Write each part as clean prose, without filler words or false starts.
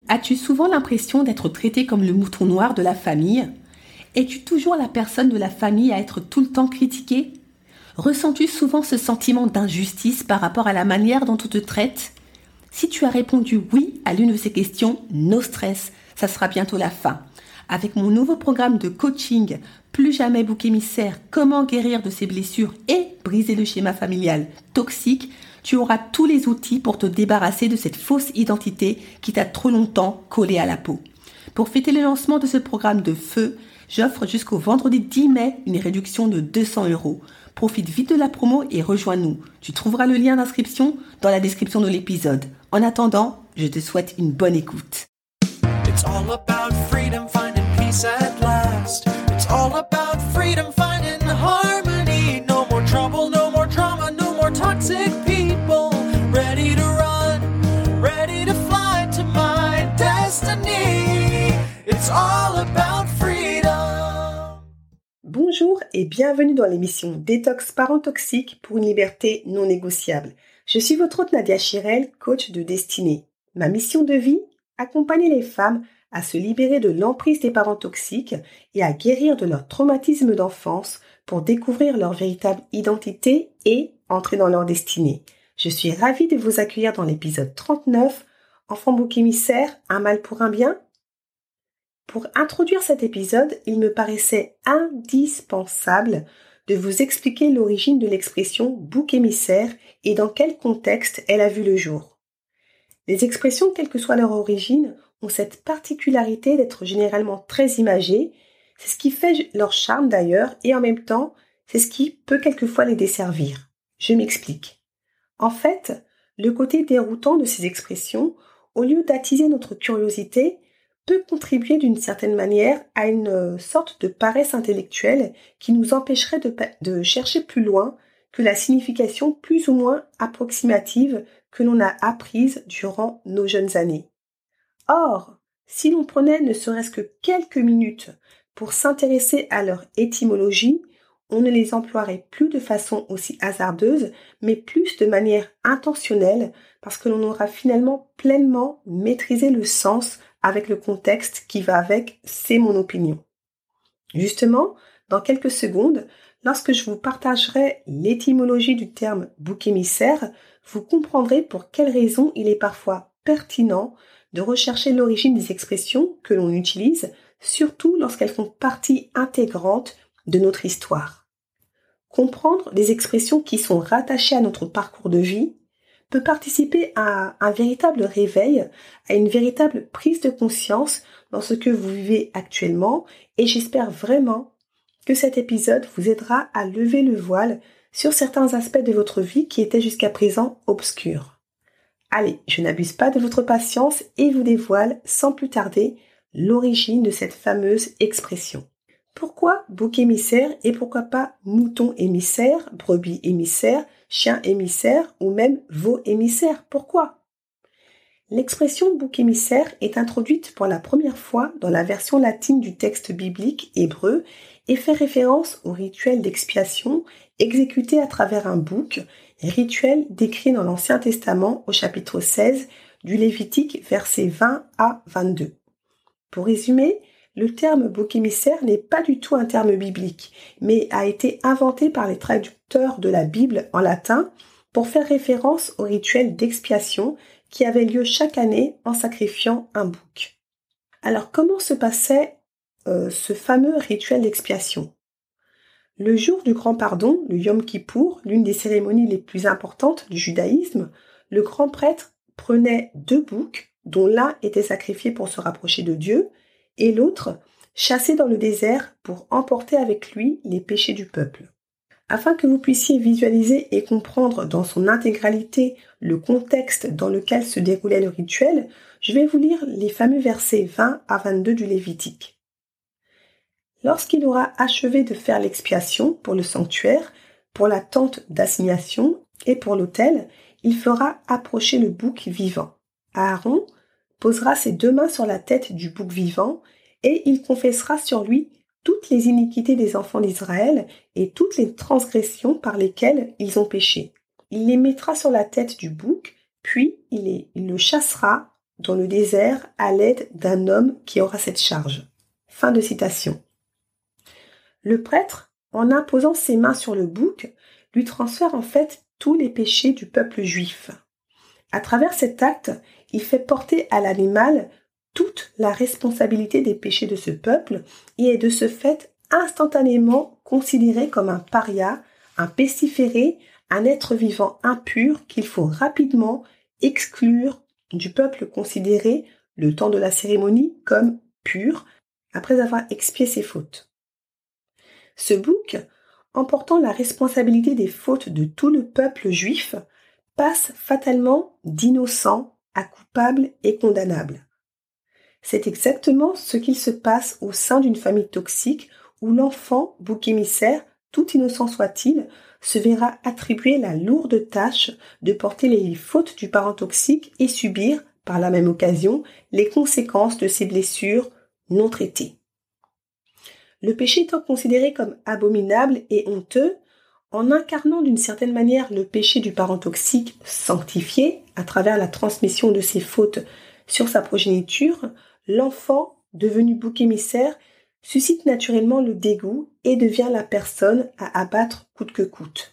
As-tu souvent l'impression d'être traité comme le mouton noir de la famille? Es-tu toujours la personne de la famille à être tout le temps critiquée? Ressens-tu souvent ce sentiment d'injustice par rapport à la manière dont on te traite? Si tu as répondu oui à l'une de ces questions, no stress, ça sera bientôt la fin. Avec mon nouveau programme de coaching, Plus jamais bouc émissaire, comment guérir de ses blessures et briser le schéma familial toxique, tu auras tous les outils pour te débarrasser de cette fausse identité qui t'a trop longtemps collé à la peau. Pour fêter le lancement de ce programme de feu, j'offre jusqu'au vendredi 10 mai une réduction de 200 €. Profite vite de la promo et rejoins-nous. Tu trouveras le lien d'inscription dans la description de l'épisode. En attendant, je te souhaite une bonne écoute. It's all about freedom, finding peace at last. It's all about freedom, finding harmony. No more trouble, no more drama, no more toxic people. Ready to run, ready to fly to my destiny. It's all about freedom. Bonjour et bienvenue dans l'émission Détox Parents Toxiques pour une liberté non négociable. Je suis votre hôte Nadia Chirel, coach de destinée. Ma mission de vie, accompagner les femmes à se libérer de l'emprise des parents toxiques et à guérir de leur traumatisme d'enfance pour découvrir leur véritable identité et entrer dans leur destinée. Je suis ravie de vous accueillir dans l'épisode 39, Enfant bouc émissaire, un mal pour un bien. Pour introduire cet épisode, il me paraissait indispensable de vous expliquer l'origine de l'expression bouc émissaire et dans quel contexte elle a vu le jour. Les expressions, quelle que soit leur origine, ont cette particularité d'être généralement très imagées. C'est ce qui fait leur charme d'ailleurs, et en même temps, c'est ce qui peut quelquefois les desservir. Je m'explique. En fait, le côté déroutant de ces expressions, au lieu d'attiser notre curiosité, peut contribuer d'une certaine manière à une sorte de paresse intellectuelle qui nous empêcherait de chercher plus loin que la signification plus ou moins approximative que l'on a apprise durant nos jeunes années. Or, si l'on prenait ne serait-ce que quelques minutes pour s'intéresser à leur étymologie, on ne les emploierait plus de façon aussi hasardeuse, mais plus de manière intentionnelle, parce que l'on aura finalement pleinement maîtrisé le sens avec le contexte qui va avec, c'est mon opinion. Justement, dans quelques secondes, lorsque je vous partagerai l'étymologie du terme bouc émissaire, vous comprendrez pour quelles raisons il est parfois pertinent de rechercher l'origine des expressions que l'on utilise, surtout lorsqu'elles font partie intégrante de notre histoire. Comprendre des expressions qui sont rattachées à notre parcours de vie peut participer à un véritable réveil, à une véritable prise de conscience dans ce que vous vivez actuellement, et j'espère vraiment que cet épisode vous aidera à lever le voile sur certains aspects de votre vie qui étaient jusqu'à présent obscurs. Allez, je n'abuse pas de votre patience et vous dévoile sans plus tarder l'origine de cette fameuse expression. Pourquoi bouc émissaire et pourquoi pas mouton émissaire, brebis émissaire, chien émissaire ou même veau émissaire? Pourquoi? L'expression bouc émissaire est introduite pour la première fois dans la version latine du texte biblique hébreu et fait référence au rituel d'expiation exécuté à travers un bouc, rituel décrit dans l'Ancien Testament au chapitre 16 du Lévitique versets 20 à 22. Pour résumer, le terme bouc émissaire n'est pas du tout un terme biblique, mais a été inventé par les traducteurs de la Bible en latin pour faire référence au rituel d'expiation qui avait lieu chaque année en sacrifiant un bouc. Alors comment se passait ce fameux rituel d'expiation? Le jour du grand pardon, le Yom Kippour, l'une des cérémonies les plus importantes du judaïsme, le grand prêtre prenait 2 boucs, dont l'un était sacrifié pour se rapprocher de Dieu, et l'autre chassé dans le désert pour emporter avec lui les péchés du peuple. Afin que vous puissiez visualiser et comprendre dans son intégralité le contexte dans lequel se déroulait le rituel, je vais vous lire les fameux versets 20 à 22 du Lévitique. Lorsqu'il aura achevé de faire l'expiation pour le sanctuaire, pour la tente d'assignation et pour l'autel, il fera approcher le bouc vivant. Aaron posera ses 2 mains sur la tête du bouc vivant et il confessera sur lui toutes les iniquités des enfants d'Israël et toutes les transgressions par lesquelles ils ont péché. Il les mettra sur la tête du bouc, puis il le chassera dans le désert à l'aide d'un homme qui aura cette charge. » Fin de citation. Le prêtre, en imposant ses mains sur le bouc, lui transfère en fait tous les péchés du peuple juif. À travers cet acte, il fait porter à l'animal toute la responsabilité des péchés de ce peuple et est de ce fait instantanément considéré comme un paria, un pestiféré, un être vivant impur qu'il faut rapidement exclure du peuple considéré, le temps de la cérémonie, comme pur, après avoir expié ses fautes. Ce bouc, emportant la responsabilité des fautes de tout le peuple juif, passe fatalement d'innocent à coupable et condamnable. C'est exactement ce qu'il se passe au sein d'une famille toxique où l'enfant, bouc émissaire, tout innocent soit-il, se verra attribuer la lourde tâche de porter les fautes du parent toxique et subir, par la même occasion, les conséquences de ses blessures non traitées. Le péché étant considéré comme abominable et honteux, en incarnant d'une certaine manière le péché du parent toxique sanctifié à travers la transmission de ses fautes sur sa progéniture, l'enfant, devenu bouc émissaire, suscite naturellement le dégoût et devient la personne à abattre coûte que coûte.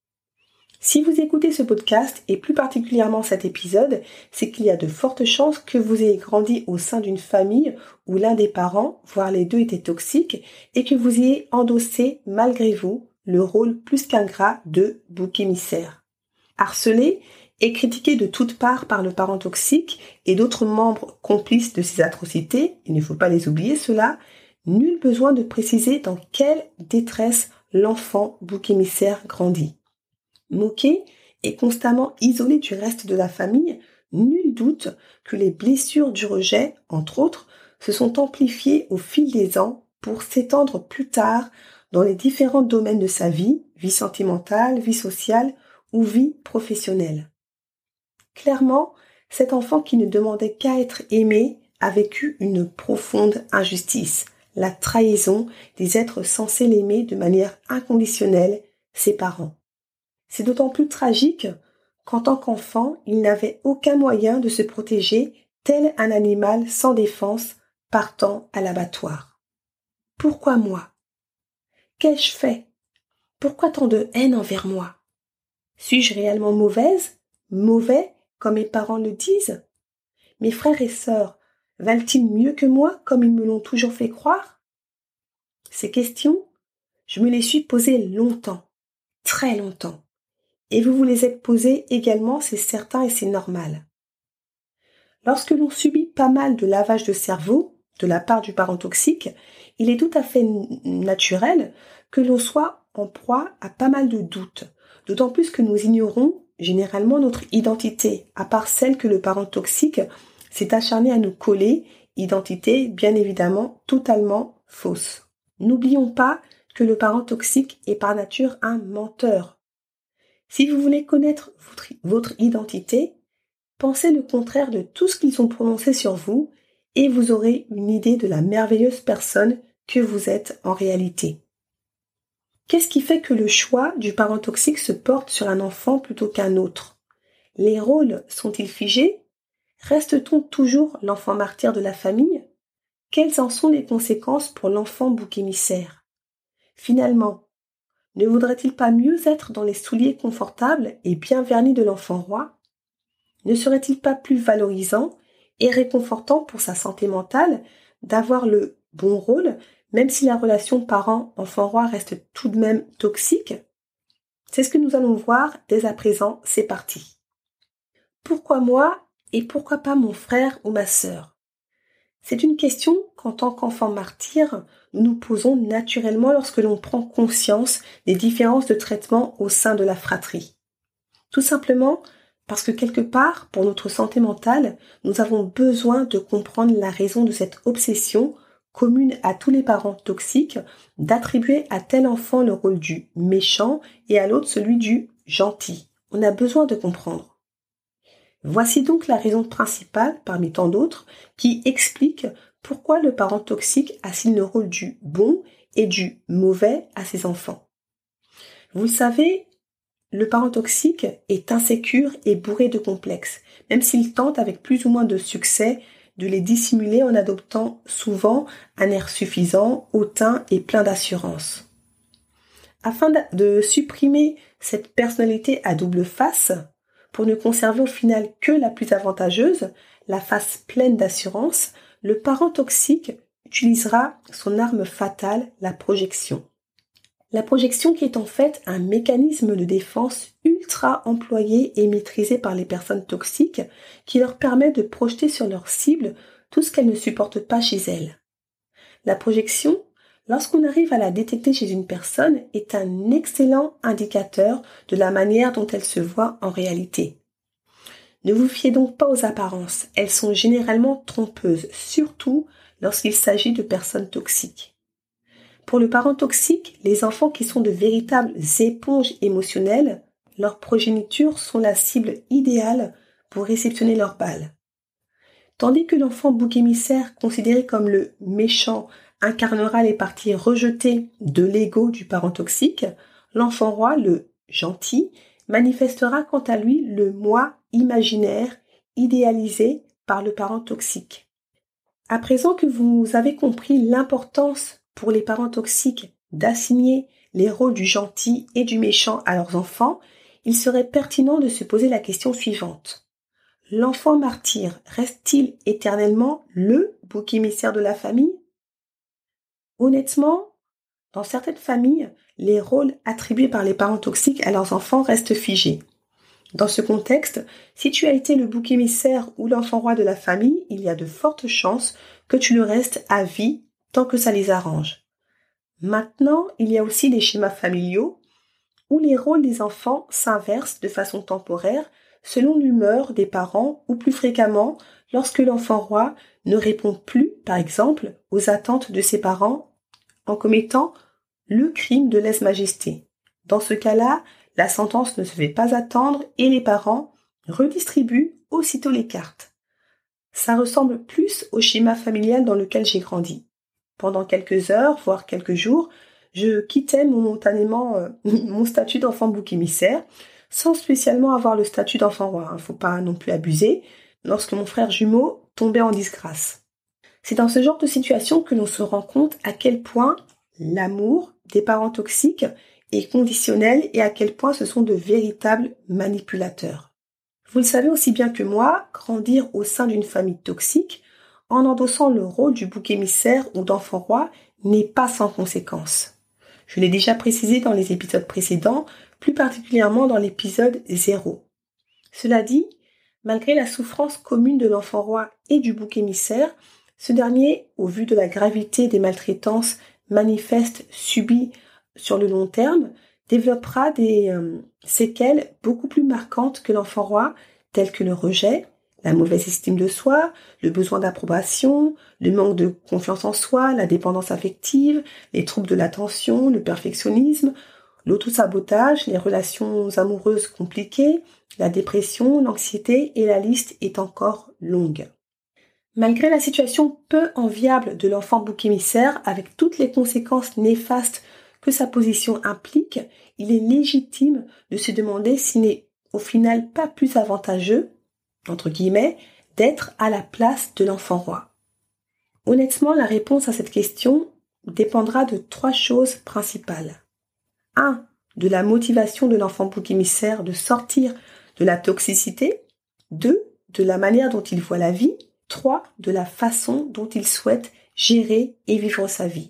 Si vous écoutez ce podcast, et plus particulièrement cet épisode, c'est qu'il y a de fortes chances que vous ayez grandi au sein d'une famille où l'un des parents, voire les deux, étaient toxiques et que vous ayez endossé, malgré vous, le rôle plus qu'ingrat de bouc émissaire. Harcelé et critiqué de toutes parts par le parent toxique et d'autres membres complices de ces atrocités, il ne faut pas les oublier ceux-là, nul besoin de préciser dans quelle détresse l'enfant bouc émissaire grandit. Moqué et constamment isolé du reste de la famille, nul doute que les blessures du rejet, entre autres, se sont amplifiées au fil des ans pour s'étendre plus tard dans les différents domaines de sa vie sentimentale, vie sociale ou vie professionnelle. Clairement, cet enfant qui ne demandait qu'à être aimé a vécu une profonde injustice, la trahison des êtres censés l'aimer de manière inconditionnelle, ses parents. C'est d'autant plus tragique qu'en tant qu'enfant, il n'avait aucun moyen de se protéger, tel un animal sans défense partant à l'abattoir. Pourquoi moi ? Qu'ai-je fait ? Pourquoi tant de haine envers moi ? Suis-je réellement mauvaise ? Mauvais, comme mes parents le disent ? Mes frères et sœurs valent-ils mieux que moi, comme ils me l'ont toujours fait croire ? Ces questions, je me les suis posées longtemps, très longtemps. Et vous les êtes posées également, c'est certain et c'est normal. Lorsque l'on subit pas mal de lavage de cerveau de la part du parent toxique, il est tout à fait naturel que l'on soit en proie à pas mal de doutes, d'autant plus que nous ignorons généralement notre identité, à part celle que le parent toxique s'est acharné à nous coller, identité bien évidemment totalement fausse. N'oublions pas que le parent toxique est par nature un menteur. Si vous voulez connaître votre identité, pensez le contraire de tout ce qu'ils ont prononcé sur vous et vous aurez une idée de la merveilleuse personne que vous êtes en réalité. Qu'est-ce qui fait que le choix du parent toxique se porte sur un enfant plutôt qu'un autre ? Les rôles sont-ils figés ? Reste-t-on toujours l'enfant martyr de la famille ? Quelles en sont les conséquences pour l'enfant bouc émissaire ? Finalement, ne vaudrait-il pas mieux être dans les souliers confortables et bien vernis de l'enfant roi ? Ne serait-il pas plus valorisant et réconfortant pour sa santé mentale d'avoir le bon rôle, même si la relation parent-enfant roi reste tout de même toxique ? C'est ce que nous allons voir dès à présent, c'est parti. Pourquoi moi et pourquoi pas mon frère ou ma sœur ? C'est une question qu'en tant qu'enfant martyr, nous nous posons naturellement lorsque l'on prend conscience des différences de traitement au sein de la fratrie. Tout simplement parce que quelque part, pour notre santé mentale, nous avons besoin de comprendre la raison de cette obsession commune à tous les parents toxiques d'attribuer à tel enfant le rôle du méchant et à l'autre celui du gentil. On a besoin de comprendre. Voici donc la raison principale, parmi tant d'autres, qui explique pourquoi le parent toxique assigne le rôle du bon et du mauvais à ses enfants. Vous le savez, le parent toxique est insécure et bourré de complexes, même s'il tente avec plus ou moins de succès de les dissimuler en adoptant souvent un air suffisant, hautain et plein d'assurance. Afin de supprimer cette personnalité à double face, pour ne conserver au final que la plus avantageuse, la face pleine d'assurance, le parent toxique utilisera son arme fatale, la projection. La projection qui est en fait un mécanisme de défense ultra employé et maîtrisé par les personnes toxiques qui leur permet de projeter sur leur cible tout ce qu'elles ne supportent pas chez elles. La projection, lorsqu'on arrive à la détecter chez une personne, est un excellent indicateur de la manière dont elle se voit en réalité. Ne vous fiez donc pas aux apparences, elles sont généralement trompeuses, surtout lorsqu'il s'agit de personnes toxiques. Pour le parent toxique, les enfants qui sont de véritables éponges émotionnelles, leurs progénitures sont la cible idéale pour réceptionner leurs balles. Tandis que l'enfant bouc émissaire, considéré comme le méchant, incarnera les parties rejetées de l'ego du parent toxique, l'enfant roi, le gentil, manifestera quant à lui le moi imaginaire, idéalisé par le parent toxique. À présent que vous avez compris l'importance pour les parents toxiques d'assigner les rôles du gentil et du méchant à leurs enfants, il serait pertinent de se poser la question suivante. L'enfant martyr reste-t-il éternellement le bouc émissaire de la famille ? Honnêtement, dans certaines familles, les rôles attribués par les parents toxiques à leurs enfants restent figés. Dans ce contexte, si tu as été le bouc émissaire ou l'enfant roi de la famille, il y a de fortes chances que tu le restes à vie tant que ça les arrange. Maintenant, il y a aussi les schémas familiaux où les rôles des enfants s'inversent de façon temporaire selon l'humeur des parents ou plus fréquemment lorsque l'enfant roi ne répond plus, par exemple, aux attentes de ses parents en commettant le crime de lèse-majesté. Dans ce cas-là, la sentence ne se fait pas attendre et les parents redistribuent aussitôt les cartes. Ça ressemble plus au schéma familial dans lequel j'ai grandi. Pendant quelques heures, voire quelques jours, je quittais momentanément mon statut d'enfant bouc émissaire, sans spécialement avoir le statut d'enfant roi. Faut pas non plus abuser, lorsque mon frère jumeau tombait en disgrâce. C'est dans ce genre de situation que l'on se rend compte à quel point l'amour des parents toxiques est conditionnel et à quel point ce sont de véritables manipulateurs. Vous le savez aussi bien que moi, grandir au sein d'une famille toxique, en endossant le rôle du bouc émissaire ou d'enfant roi, n'est pas sans conséquences. Je l'ai déjà précisé dans les épisodes précédents, plus particulièrement dans l'épisode 0. Cela dit, malgré la souffrance commune de l'enfant roi et du bouc émissaire, ce dernier, au vu de la gravité des maltraitances manifestes subies sur le long terme, développera des séquelles beaucoup plus marquantes que l'enfant roi, telles que le rejet, la mauvaise estime de soi, le besoin d'approbation, le manque de confiance en soi, la dépendance affective, les troubles de l'attention, le perfectionnisme, l'autosabotage, les relations amoureuses compliquées, la dépression, l'anxiété et la liste est encore longue. Malgré la situation peu enviable de l'enfant bouc émissaire, avec toutes les conséquences néfastes que sa position implique, il est légitime de se demander s'il n'est au final pas plus avantageux, entre guillemets, d'être à la place de l'enfant roi. Honnêtement, la réponse à cette question dépendra de 3 choses principales. 1. De la motivation de l'enfant bouc émissaire de sortir de la toxicité. 2. De la manière dont il voit la vie. 3. De la façon dont il souhaite gérer et vivre sa vie.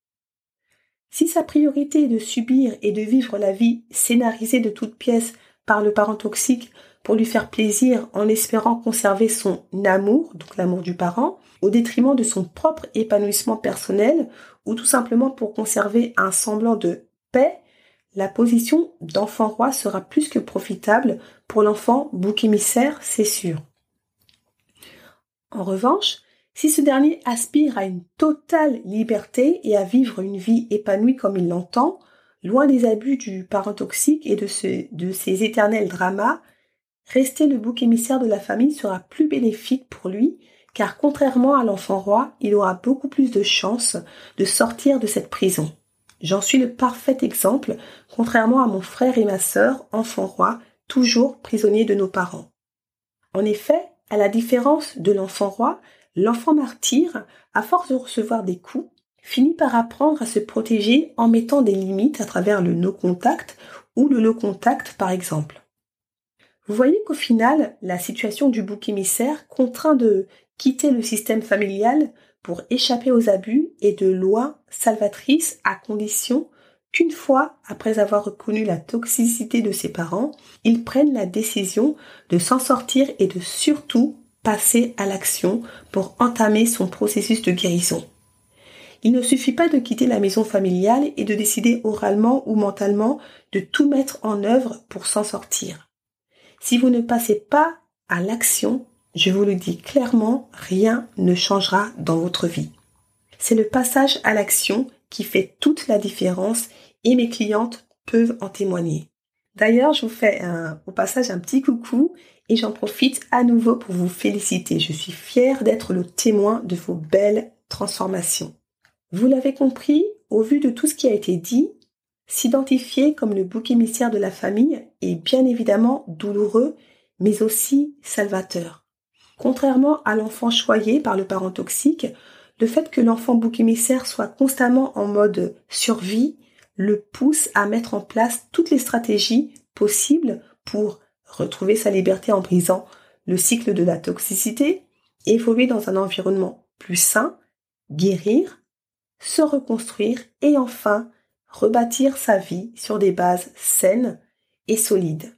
Si sa priorité est de subir et de vivre la vie scénarisée de toutes pièces par le parent toxique pour lui faire plaisir en espérant conserver son amour, donc l'amour du parent, au détriment de son propre épanouissement personnel ou tout simplement pour conserver un semblant de paix, la position d'enfant roi sera plus que profitable pour l'enfant bouc émissaire, c'est sûr. En revanche, si ce dernier aspire à une totale liberté et à vivre une vie épanouie comme il l'entend, loin des abus du parent toxique et de ses éternels dramas, rester le bouc émissaire de la famille sera plus bénéfique pour lui, car contrairement à l'enfant roi, il aura beaucoup plus de chances de sortir de cette prison. J'en suis le parfait exemple, contrairement à mon frère et ma sœur, enfants rois, toujours prisonniers de nos parents. En effet, à la différence de l'enfant roi, l'enfant martyr, à force de recevoir des coups, finit par apprendre à se protéger en mettant des limites à travers le no-contact ou le low-contact par exemple. Vous voyez qu'au final, la situation du bouc émissaire contraint de quitter le système familial pour échapper aux abus est de loi salvatrice à condition qu'une fois, après avoir reconnu la toxicité de ses parents, ils prennent la décision de s'en sortir et de surtout passer à l'action pour entamer son processus de guérison. Il ne suffit pas de quitter la maison familiale et de décider oralement ou mentalement de tout mettre en œuvre pour s'en sortir. Si vous ne passez pas à l'action, je vous le dis clairement, rien ne changera dans votre vie. C'est le passage à l'action qui fait toute la différence et mes clientes peuvent en témoigner. D'ailleurs, je vous fais au passage un petit coucou et j'en profite à nouveau pour vous féliciter. Je suis fière d'être le témoin de vos belles transformations. Vous l'avez compris, au vu de tout ce qui a été dit, s'identifier comme le bouc émissaire de la famille est bien évidemment douloureux, mais aussi salvateur. Contrairement à l'enfant choyé par le parent toxique, le fait que l'enfant bouc émissaire soit constamment en mode survie le pousse à mettre en place toutes les stratégies possibles pour retrouver sa liberté en brisant le cycle de la toxicité, évoluer dans un environnement plus sain, guérir, se reconstruire et enfin rebâtir sa vie sur des bases saines et solides.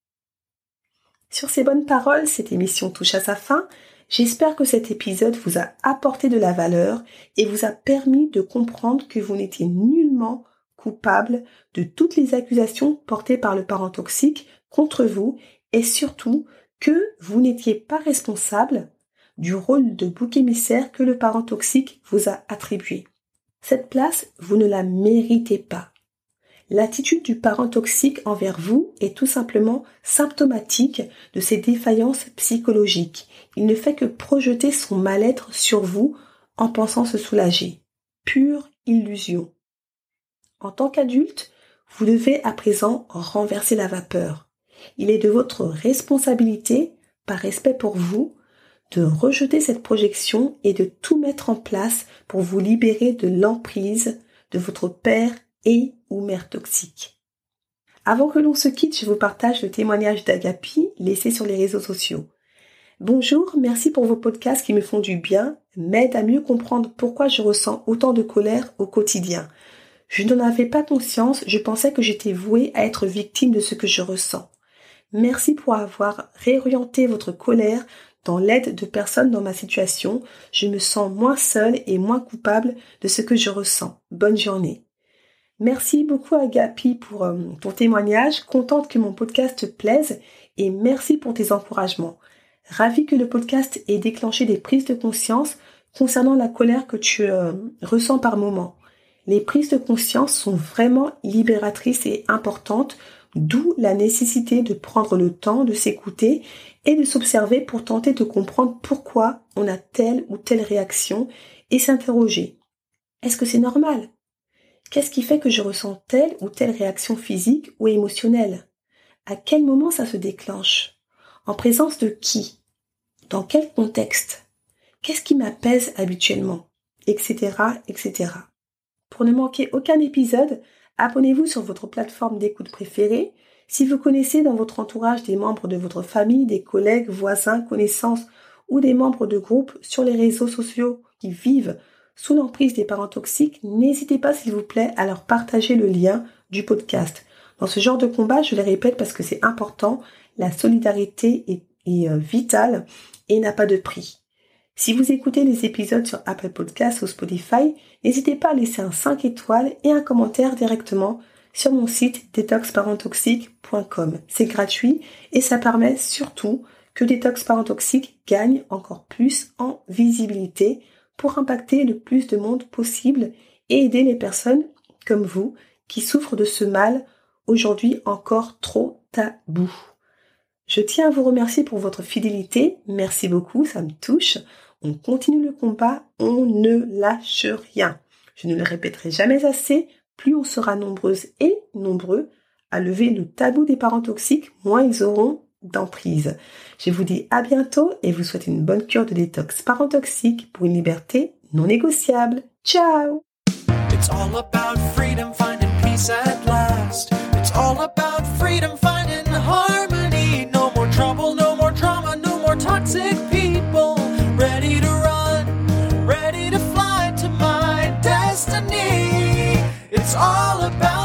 Sur ces bonnes paroles, cette émission touche à sa fin. J'espère que cet épisode vous a apporté de la valeur et vous a permis de comprendre que vous n'étiez nullement coupable de toutes les accusations portées par le parent toxique contre vous et surtout que vous n'étiez pas responsable du rôle de bouc émissaire que le parent toxique vous a attribué. Cette place, vous ne la méritez pas. L'attitude du parent toxique envers vous est tout simplement symptomatique de ses défaillances psychologiques. Il ne fait que projeter son mal-être sur vous en pensant se soulager. Pure illusion. En tant qu'adulte, vous devez à présent renverser la vapeur. Il est de votre responsabilité, par respect pour vous, de rejeter cette projection et de tout mettre en place pour vous libérer de l'emprise de votre père et ou mère toxique. Avant que l'on se quitte, je vous partage le témoignage d'Agapi laissé sur les réseaux sociaux. Bonjour, merci pour vos podcasts qui me font du bien, m'aident à mieux comprendre pourquoi je ressens autant de colère au quotidien. Je n'en avais pas conscience, je pensais que j'étais vouée à être victime de ce que je ressens. Merci pour avoir réorienté votre colère dans l'aide de personnes dans ma situation. Je me sens moins seule et moins coupable de ce que je ressens. Bonne journée. Merci beaucoup Agapi pour ton témoignage. Contente que mon podcast te plaise et merci pour tes encouragements. Ravie que le podcast ait déclenché des prises de conscience concernant la colère que tu ressens par moment. Les prises de conscience sont vraiment libératrices et importantes, d'où la nécessité de prendre le temps de s'écouter et de s'observer pour tenter de comprendre pourquoi on a telle ou telle réaction et s'interroger. Est-ce que c'est normal ? Qu'est-ce qui fait que je ressens telle ou telle réaction physique ou émotionnelle ? À quel moment ça se déclenche ? En présence de qui ? Dans quel contexte ? Qu'est-ce qui m'apaise habituellement ? Etc., etc. Pour ne manquer aucun épisode, abonnez-vous sur votre plateforme d'écoute préférée. Si vous connaissez dans votre entourage des membres de votre famille, des collègues, voisins, connaissances ou des membres de groupes sur les réseaux sociaux qui vivent sous l'emprise des parents toxiques, n'hésitez pas s'il vous plaît à leur partager le lien du podcast. Dans ce genre de combat, je le répète parce que c'est important, la solidarité est vitale et n'a pas de prix. Si vous écoutez les épisodes sur Apple Podcasts ou Spotify, n'hésitez pas à laisser un 5 étoiles et un commentaire directement sur mon site detoxparenttoxique.com. C'est gratuit et ça permet surtout que Détox Parents Toxiques gagne encore plus en visibilité pour impacter le plus de monde possible et aider les personnes comme vous qui souffrent de ce mal aujourd'hui encore trop tabou. Je tiens à vous remercier pour votre fidélité. Merci beaucoup, ça me touche. On continue le combat, on ne lâche rien. Je ne le répéterai jamais assez, plus on sera nombreuses et nombreux à lever le tabou des parents toxiques, moins ils auront d'emprise. Je vous dis à bientôt et vous souhaite une bonne cure de détox parents toxiques pour une liberté non négociable. Ciao! It's all about freedom, finding peace at last. It's all about freedom, finding harmony. No more trouble, no more drama, no more toxic people. Ready to run, ready to fly to my destiny. It's all about